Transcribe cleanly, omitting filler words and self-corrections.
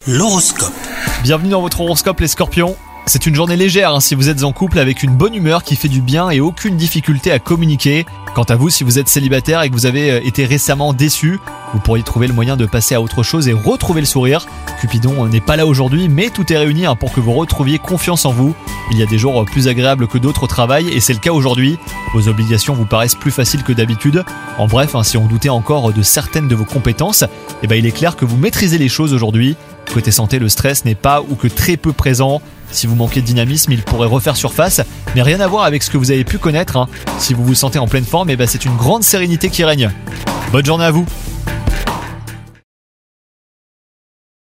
L'horoscope. Bienvenue dans votre horoscope les scorpions. C'est une journée légère si vous êtes en couple, avec une bonne humeur qui fait du bien et aucune difficulté à communiquer. Quant à vous, si vous êtes célibataire et que vous avez été récemment déçu, vous pourriez trouver le moyen de passer à autre chose et retrouver le sourire. Cupidon n'est pas là aujourd'hui, mais tout est réuni pour que vous retrouviez confiance en vous. Il y a des jours plus agréables que d'autres au travail et c'est le cas aujourd'hui. Vos obligations vous paraissent plus faciles que d'habitude. En bref, si on doutait encore de certaines de vos compétences, il est clair que vous maîtrisez les choses aujourd'hui. Côté santé, le stress n'est pas ou que très peu présent. Si vous manquez de dynamisme, il pourrait refaire surface, mais rien à voir avec ce que vous avez pu connaître. Si vous vous sentez en pleine forme, c'est une grande sérénité qui règne. Bonne journée à vous.